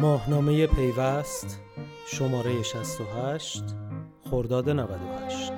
ماهنامه پیوست شماره 68 خرداد 98.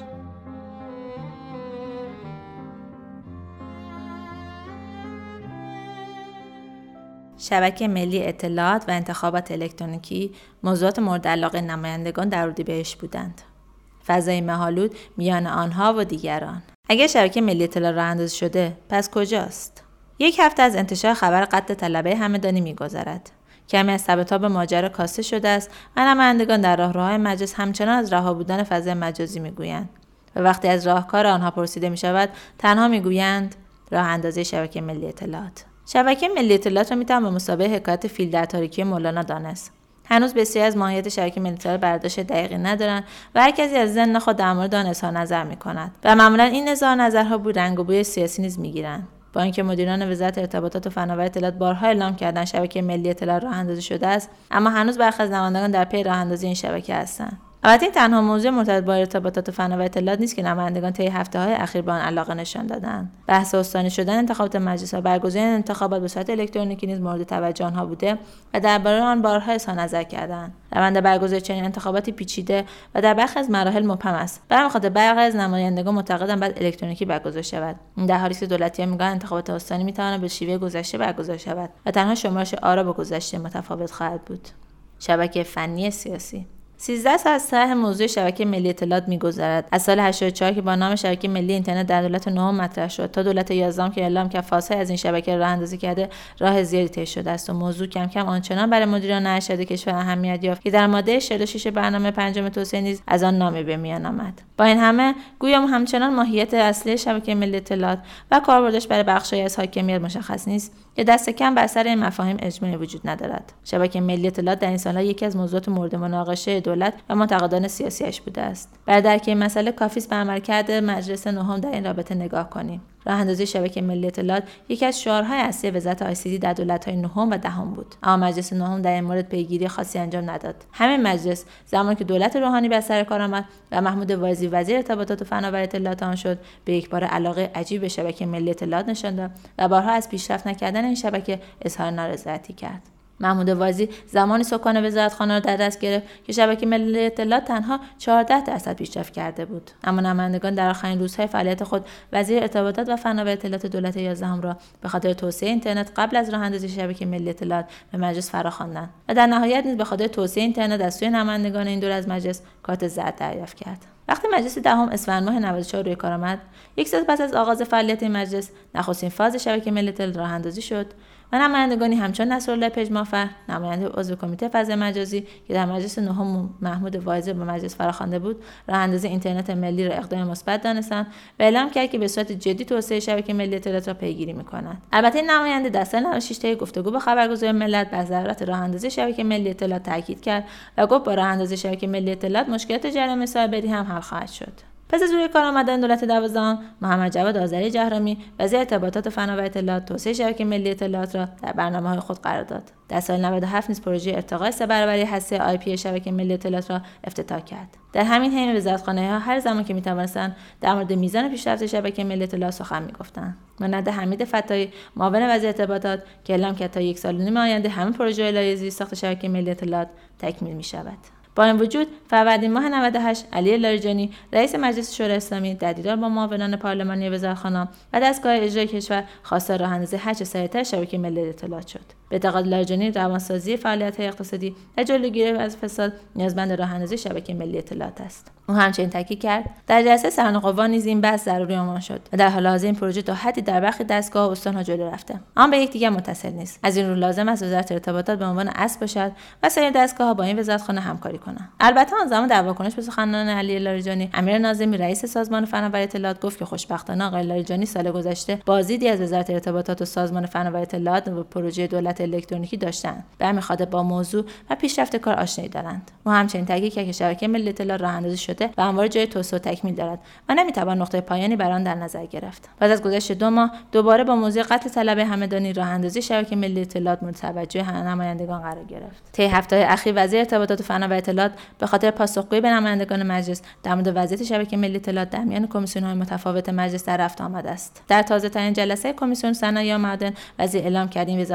شبکه ملی اطلاعات و انتخابات الکترونیکی موضوعات مورد علاقه نمایندگان در اردیبهشت بودند. فضای مه‌آلود میان آنها و دیگران. اگر شبکه ملی اطلاعات راه اندازی شده، پس کجاست؟ یک هفته از انتشار خبر قتل طلبه همدانی می‌گذرد. کمی از تب ماجرا کاسته شده است و نمایندگان در راهروهای مجلس همچنان از رها بودن فضای مجازی می‌گویند و وقتی از راهکار آنها پرسیده می‌شود تنها می‌گویند راه اندازی شبکه ملی اطلاعات. شبکه ملی اطلاعات را می‌توان به مثابه حکایت فیل در تاریکی مولانا دانست. هنوز بسیاری از ماهیت شبکه ملی اطلاعات برداشت دقیقی ندارند و هر کسی از ذهن خود در مورد آن اظهار نظر می‌کند و معمولاً این اظهار نظرها بوی رنگ و بوی سیاسی نیز می‌گیرند. با اینکه مدیران وزارت ارتباطات و فناوری اطلاعات بارها اعلام کردند شبکه ملی اطلاعات راه اندازی شده است، اما هنوز برخی از نمایندگان در پی راه اندازی این شبکه هستند. البته این تنها موضوع مرتبط با ارتباطات و فناوری اطلاعات نیست که نمایندگان طی هفته‌های اخیر به آن علاقه نشان دادند. بحث استانی شدن انتخابات مجلس و برگزاری انتخابات به صورت الکترونیکی نیز مورد توجه آنها بوده و درباره آن بارها اظهار نظر کردند. روند برگزاری چنین انتخاباتی پیچیده و در برخی از مراحل مبهم است. به همین خاطر برخی از نمایندگان معتقدند باید الکترونیکی برگزار شود. این در حالی است که دولتیان میگویند انتخابات استانی میتواند به شیوه گذشته برگزار شود و تنها شمارش آرا با گذشته متفاوت خواهد بود. شبکه فنی سیاسی 13 سال از طرح موضوع شبکه ملی اطلاعات می‌گذرد. از سال 84 که با نام شبکه ملی اینترنت در دولت نهم مطرح شد تا دولت 11 که اعلام کرد فاصله از این شبکه راه اندازی کرده، راه زیادی طی شده است و موضوع کم کم آنچنان برای مدیران ارشد کشور اهمیت یافت که در ماده 46 برنامه پنجم توسعه نیز از آن نامی به میان آمد. با این همه گویا همچنان ماهیت اصلی شبکه ملی اطلاعات و کاربردش برای بخش‌هایی از حاکمیت مشخص نیست یا دست کم بر سر این مفاهیم اجماعی وجود ندارد. شبکه ملی اطلاعات در این سال‌ها یکی از موضوعات مورد مناقشه دولت و منتقدان سیاسیش بوده است. برای درک این مسئله کافی است به عملکرد مجلس نهم در این رابطه نگاه کنیم. راه اندازی شبکه ملی اطلاعات یکی از شعارهای اصلی وزارت آی‌سی‌دی در دولت‌های نهم و دهم بود، اما مجلس نهم در این مورد پیگیری خاصی انجام نداد. همین مجلس زمانی که دولت روحانی به سر کار آمد و محمود واعظی وزیر ارتباطات و فناوری اطلاعات آن شد، به یکبار علاقه عجیب به شبکه ملی اطلاعات نشان داد و بارها از پیشرفت نکردن این شبکه اظهار نارضایتی کرد. محمود واعظی زمانی سکان وزارتخانه را در دست گرفت که شبکه ملی اطلاعات تنها 14% پیشرفت کرده بود، اما نمایندگان در آخرین روزهای فعالیت خود وزیر ارتباطات و فناوری اطلاعات دولت 11 را به خاطر توسعه اینترنت قبل از راه اندازی شبکه ملی اطلاعات به مجلس فراخواندند و در نهایت نیز به خاطر توسعه اینترنت از سوی نمایندگان این دور از مجلس کارت زرد دریافت کرد. وقتی مجلس دهم اسفند ماه 94 روی کار آمد، یک سال پس از آغاز فعالیت این مجلس، نخستین فاز شبکه ملی اطلاعات راه اندازی شد و نمایندگانی همچون نصرالله پژمافر، نماینده عضو کمیته فضای مجازی که در مجلس نهم محمود واعظی به مجلس فراخوانده بود، راه اندازی اینترنت ملی را اقدام مثبت دانستند و اعلام کرد که به صورت جدی توسعه شبکه ملی اطلاعات را پیگیری می‌کنند. البته این نماینده در سال 96 طی گفتگو با خبرگزاری ملت بر ضرورت راه اندازی شبکه ملی اطلاعات تاکید کرد و گفت با راه اندازی شبکه ملی اطلاعات مشکلات جریان سایبری هم حل خواهد شد. پس از روی کار آمدن دولت 12 محمد جواد آذری جهرمی وزیر ارتباطات و فناوری اطلاعات توسعه شبکه ملی اطلاعات را در برنامه‌های خود قرار داد. در سال 97 نیز پروژه ارتقای 3 برابری هسته آی پی شبکه ملی اطلاعات را افتتاح کرد. در همین حین وزارتخانه‌ها هر زمان که می‌توانستند در مورد میزان پیشرفت شبکه ملی اطلاعات سخن می‌گفتند. مانند حمید فتاحی معاون وزیر ارتباطات که اعلام کرد تا 1 سال و نیم آینده همه پروژه لایحه‌ای زیرساخت شبکه ملی اطلاعات تکمیل می‌شود. با این وجود فروردین ماه 98 علی لاریجانی رئیس مجلس شورای اسلامی در دیدار با معاونان پارلمانی وزارتخانه و دستگاه اجرایی کشور خواستار راه اندازی هرچه سریعتر شبکه ملی اطلاعات شد. به اعتقاد لاریجانی روانسازی فعالیت‌های اقتصادی و جلوگیری از فساد نیازمند راه اندازی شبکه ملی اطلاعات است. او همچنین تاکید کرد در جلسه سران نیز این بحث ضروری عنوان شد و در حال حاضر این پروژه تا حدی در برخی دستگاه و استان‌ها جلو رفته، اما به یکدیگر متصل نیست. از این رو لازم است وزارت ارتباطات به عنوان اصل باشد و سایر دستگاه‌ها با این وزارتخانه همکاری کنند. البته آن زمان در واکنش به سخنان علی لاریجانی، امیر ناظمی رئیس سازمان فناوری اطلاعات گفت که خوشبختانه آقای لاریجانی سال گذشته بازدیدی از وزارت ارتباطات و سازمان فناوری اطلاعات و پروژه دولت الکترونیکی داشتند. به همین خاطر با موضوع و پیشرفت کار آشنایی دارند. او همچنین تاکید کرد که شبکه ملی اطلاعات راه اندازی شده و همواره جای توسعه و تکمیل دارد و نمیتوان نقطه پایانی بر آن در نظر گرفت. پس از گذشت 2 ماه دوباره با موضوع قتل طلبه همدانی راه اندازی شبکه ملی اطلاعات مورد توجه نمایندگان قرار گرفت. طی هفته‌های اخیر وزیر ارتباطات و فناوری اطلاعات به خاطر پاسخگویی به نمایندگان مجلس در مورد وضعیت شبکه ملی اطلاعات در میان کمیسیون‌های متفاوت مجلس در رفت آمد است. در تازه‌ترین جلسه کمیسیون صنایع و معدن وزیر اعلام کرد این وزارتخانه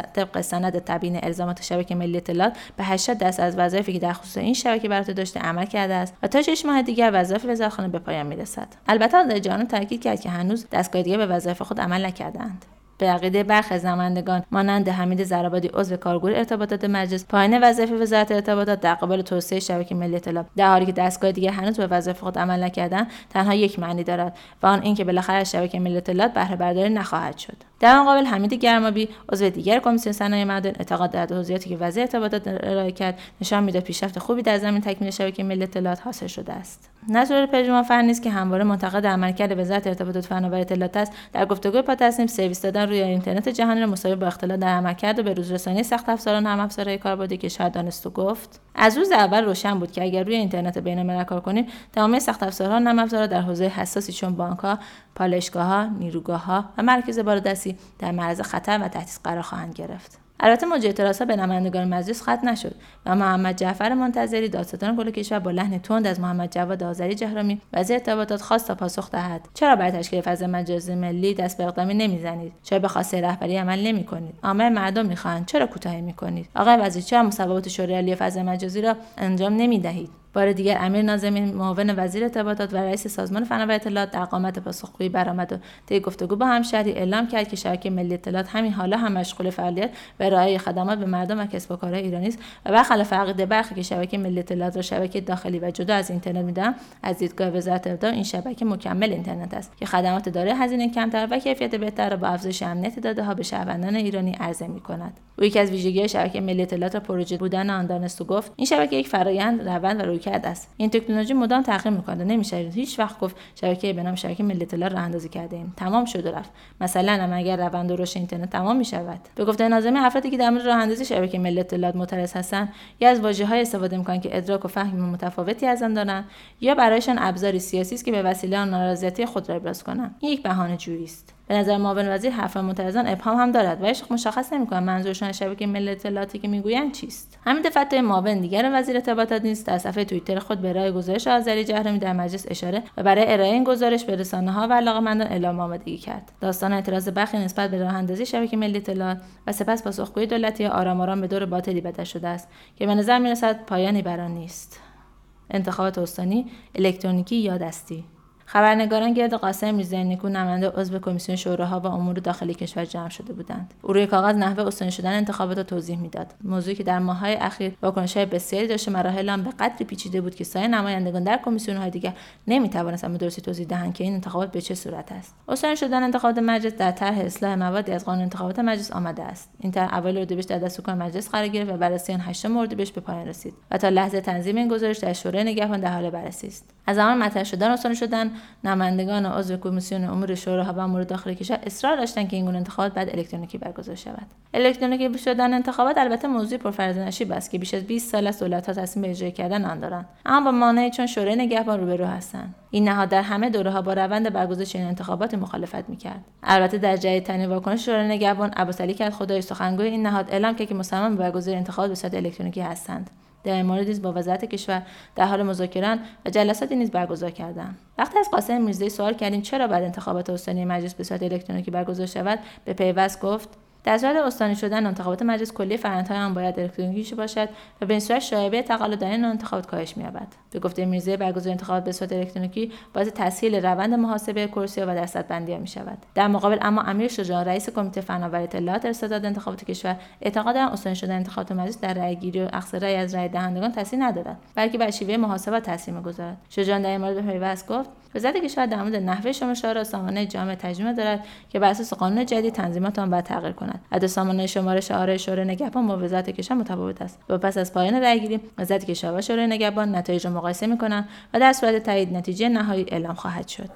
طبق سند تبیین الزامات شبکه ملی اطلاعات به 80% از وظایفی که در خصوص این شبکه بر عهده داشته عمل کرده است و تا 6 ماه دیگر وظایف وزارتخانه به پایان می‌رسد. البته آقای جهانی تاکید کرد که هنوز دستگاه دیگر به وظایف خود عمل نکردند. به عقیده برخی از نمایندگان مانند حمید زرابادی عضو کارگروه ارتباطات مجلس، پایان وظایف وزارت ارتباطات در قبال توسعه شبکه ملی اطلاعات در حالی که دستگاه دیگر هنوز به وظایف خود عمل نکردند تنها یک معنی دارد و آن اینکه بالاخره از شبکه ملی اطلاعات بهره برداری نخواهد شد. در مقابل حمید گرمابی عضو دیگر کمیسیون صنایع معدن اعتقاد دارد توضیحاتی که وزیر ارتباطات ارائه کرد نشان می‌دهد پیشرفت خوبی در زمین تکمیل شبکه ملی اطلاعات حاصل شده است. نصرالله پژمانفر نیز که همواره منتقد عملکرد وزارت ارتباطات و فناوری اطلاعات است، در گفتگوی با تصمیم سرویس دادن روی اینترنت جهانی را مساوی با اختلال در عملکرد و به روز رسانی سخت افزاران و نرم افزارهای کاربردی کشور دانست و گفت: از روز اول روشن بود که اگر روی اینترنت بین‌المللی کار کنیم، تمامی سخت افزارها و نرم افزارها در حوزه حساسی چون بانک‌ها، پالایشگاه‌ها، نیروگاه‌ها و مراکز بالادستی در معرض خطر و تهدید قرار خواهند گرفت. البته موجب اعتراضها به نمایندگان مجلس ختم نشد و محمد جعفر منتظری دادستان کل کشور با لحن تند از محمد جواد آذری جهرمی وزیر ارتباطات خواست تا پاسخ دهد: چرا برای تشکیل فضای مجازی ملی دست به اقدامی نمیزنید؟ چرا به خواسته رهبری عمل نمیکنید؟ عامه مردم میخواهند، چرا کوتاهی میکنید؟ آقای وزیر، چرا مصوبات شورای عالی فضای مجازی را انجام نمیدهید؟ بار دیگر امیر ناظمی معاون وزیر ارتباطات و رئیس سازمان فناوری اطلاعات در قامت پاسخگویی برآمد و طی گفتگو با همشهری اعلام کرد که شبکه ملی اطلاعات همین حالا هم مشغول فعالیت و ارائه خدمات به مردم و کسب و کارهای ایرانی است و برخلاف عقیده برخی که شبکه ملی اطلاعات را شبکه داخلی و جدا از اینترنت می‌دانند، از دیدگاه وزارت ارتباطات این شبکه مکمل اینترنت است که خدمات دارای هزینه کمتر و کیفیت بهتر را با افزایش امنیت داده‌ها به شهروندان ایرانی عرضه می‌کند. او یکی از ویژگی‌های شبکه ملی اطلاعات را پروژه بودن آن دانست و گفت: این شبکه یک فرآیند، روند و رویکرد است. این تکنولوژی مدام تغییر می‌کند. نمی‌شه هیچ وقت گفت شبکه به نام شبکه ملی اطلاعات راه اندازی کرده ایم. تمام شد و رفت. مثلا اگر روند رشد اینترنت تمام می‌شود. به گفته ناظمی، افرادی که در مورد راه اندازی شبکه ملی اطلاعات معترض هستند، یا از واژه‌های استفاده می‌کنند که ادراک و فهم متفاوتی از آن دارند، یا برایشان ابزاری سیاسی است که به وسیله آن نارضایتی خود را ابراز کنند. این یک بهانه‌جویی است. به نظر معاون وزیر حرف معترضان ابهام هم دارد و هیچ مشخص نمی‌کنند منظورشان از شبکه ملی اطلاعاتی که میگویند چیست. حمید فتاحی معاون دیگر وزیر ارتباطات نیز در صفحه توییتر خود به ارائه گزارش آذری جهرمی در مجلس اشاره و برای ارائه این گزارش به رسانه‌ها و علاقه‌مندان اعلام آمادگی کرد. داستان اعتراض برخی نسبت به راه اندازی شبکه ملی اطلاعات و سپس پاسخگویی دولتی آرام آرام به دور باطلی بدل شده است که به نظر می‌رسد پایانی بر آن نیست. انتخابات استانی، الکترونیکی یا دستی. خبرنگاران گرد قاسم میرزایی نیکو نماینده عضو کمیسیون شوراها و امور داخلی کشور جمع شده بودند. او روی کاغذ نحوه استانی شدن انتخابات را توضیح میداد، موضوعی که در ماه‌های اخیر واکنش‌های بسیاری داشته مراحل آن به قدری پیچیده بود که سایر نمایندگان در کمیسیون‌های دیگر نمی‌توانستند به درستی توضیح دهند که این انتخابات به چه صورت است. استانی شدن انتخابات مجلس در طرح اصلاح موادی از قانون انتخابات مجلس آمده است. این طرح اوایل اردیبهشت در دستورکار مجلس قرار گرفت و بررسی آن 8 اردیبهشت به پایان رسید و تا لحظه تنظیم این گزارش در شورای نگهبان در حال بررسی است. از زمان مطرح شدن استانی شدن، نمایندگان عضو کمیسیون امور شوراها و امور داخلی کشور اصرار داشتند که این گونه انتخابات بعد الکترونیکی برگزار شود. الکترونیکی شدن انتخابات البته موضوع پرفراز و نشیب است که بیش از 20 سال است دولت‌ها تصمیم به اجرا کردن آن دارند، اما با مانعی چون شورای نگهبان روبرو هستند. این نهاد در همه دوره‌ها با روند برگزار چنین انتخاباتی مخالفت می‌کرد. البته در جدیدترین واکنش شورای نگهبان، عباسعلی کدخدای سخنگوی این نهاد اعلام کرد که مصمم به برگزاری انتخابات به صورت الکترونیکی هستند. در این مورد نیز با وزارت کشور در حال مذاکره و جلساتی نیز برگزار کردند. وقتی از قاسم میرزایی سوال کردیم چرا بعد انتخابات استانی مجلس به صورت الکترونیکی برگزار شود، به پیوست گفت: در صورت استانی شدن انتخابات مجلس کلی فرآیندهای آن باید الکترونیکی باشد و به این صورت شایبه تقلب در این انتخابات کاهش می‌یابد. به گفته میرزایی برگزاری انتخابات به صورت الکترونیکی باعث تسهیل روند محاسبه کرسی‌ها و دستبندی‌ها می‌شود. در مقابل اما امیر شجاع رئیس کمیته فناوری اطلاعات ارتداد انتخابات کشور اعتقاد دارد استانی شدن انتخابات مجلس در رأی‌گیری و اخذ رأی از رأی دهندگان تاثیر ندارد، بلکه بر شیوه محاسبه تاثیر می‌گذارد. شجاع در این مورد به پیوست گفت: وزارت کشور در مورد نحوه شمارش را سامانه جامع تجربه دارد که بر اساس قانون جدید تنظیمات آن باید تغییر کند. عدد سامانه شمارش آرای شورای نگهبان با وزارت کشور متفاوت است و پس از پایان رأیگیری وزارت کشور و شورای نگهبان نتایج را مقایسه می‌کنند و در صورت تایید نتیجه نهایی اعلام خواهد شد.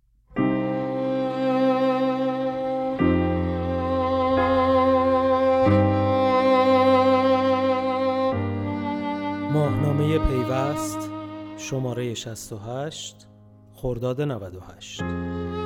ماهنامه پیوست شماره 68 خرداد 98